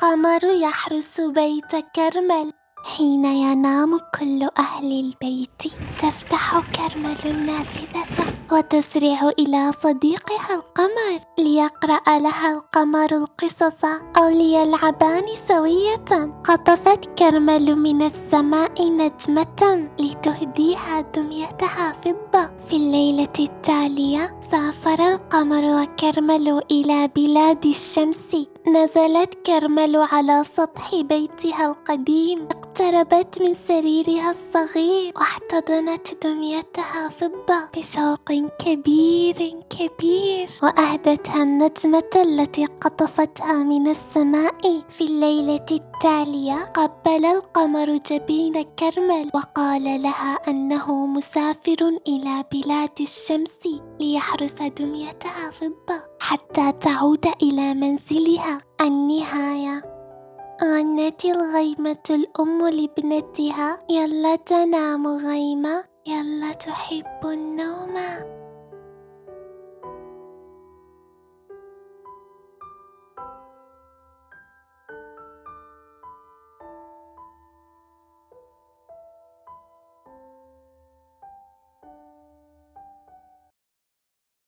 القمر يحرس بيت كرمل. حين ينام كل أهل البيت تفتح كرمل النافذة وتسرع إلى صديقها القمر ليقرأ لها القمر القصص أو ليلعبان سوية. قطفت كرمل من السماء نجمة لتهديها دميتها فضة. في الليلة التالية سافر القمر وكرمل إلى بلاد الشمس. نزلت كرمل على سطح بيتها القديم، اقتربت من سريرها الصغير واحتضنت دميتها فضة بشوق كبير كبير، وأهدتها النجمة التي قطفتها من السماء. في الليلة التالية قبل القمر جبين كرمل وقال لها أنه مسافر إلى بلاد الشمس ليحرس دميتها فضة حتى تعود إلى منزلها. النهاية. غنت الغيمة الأم لابنتها: يلا تنام غيمة، يلا تحب النوم.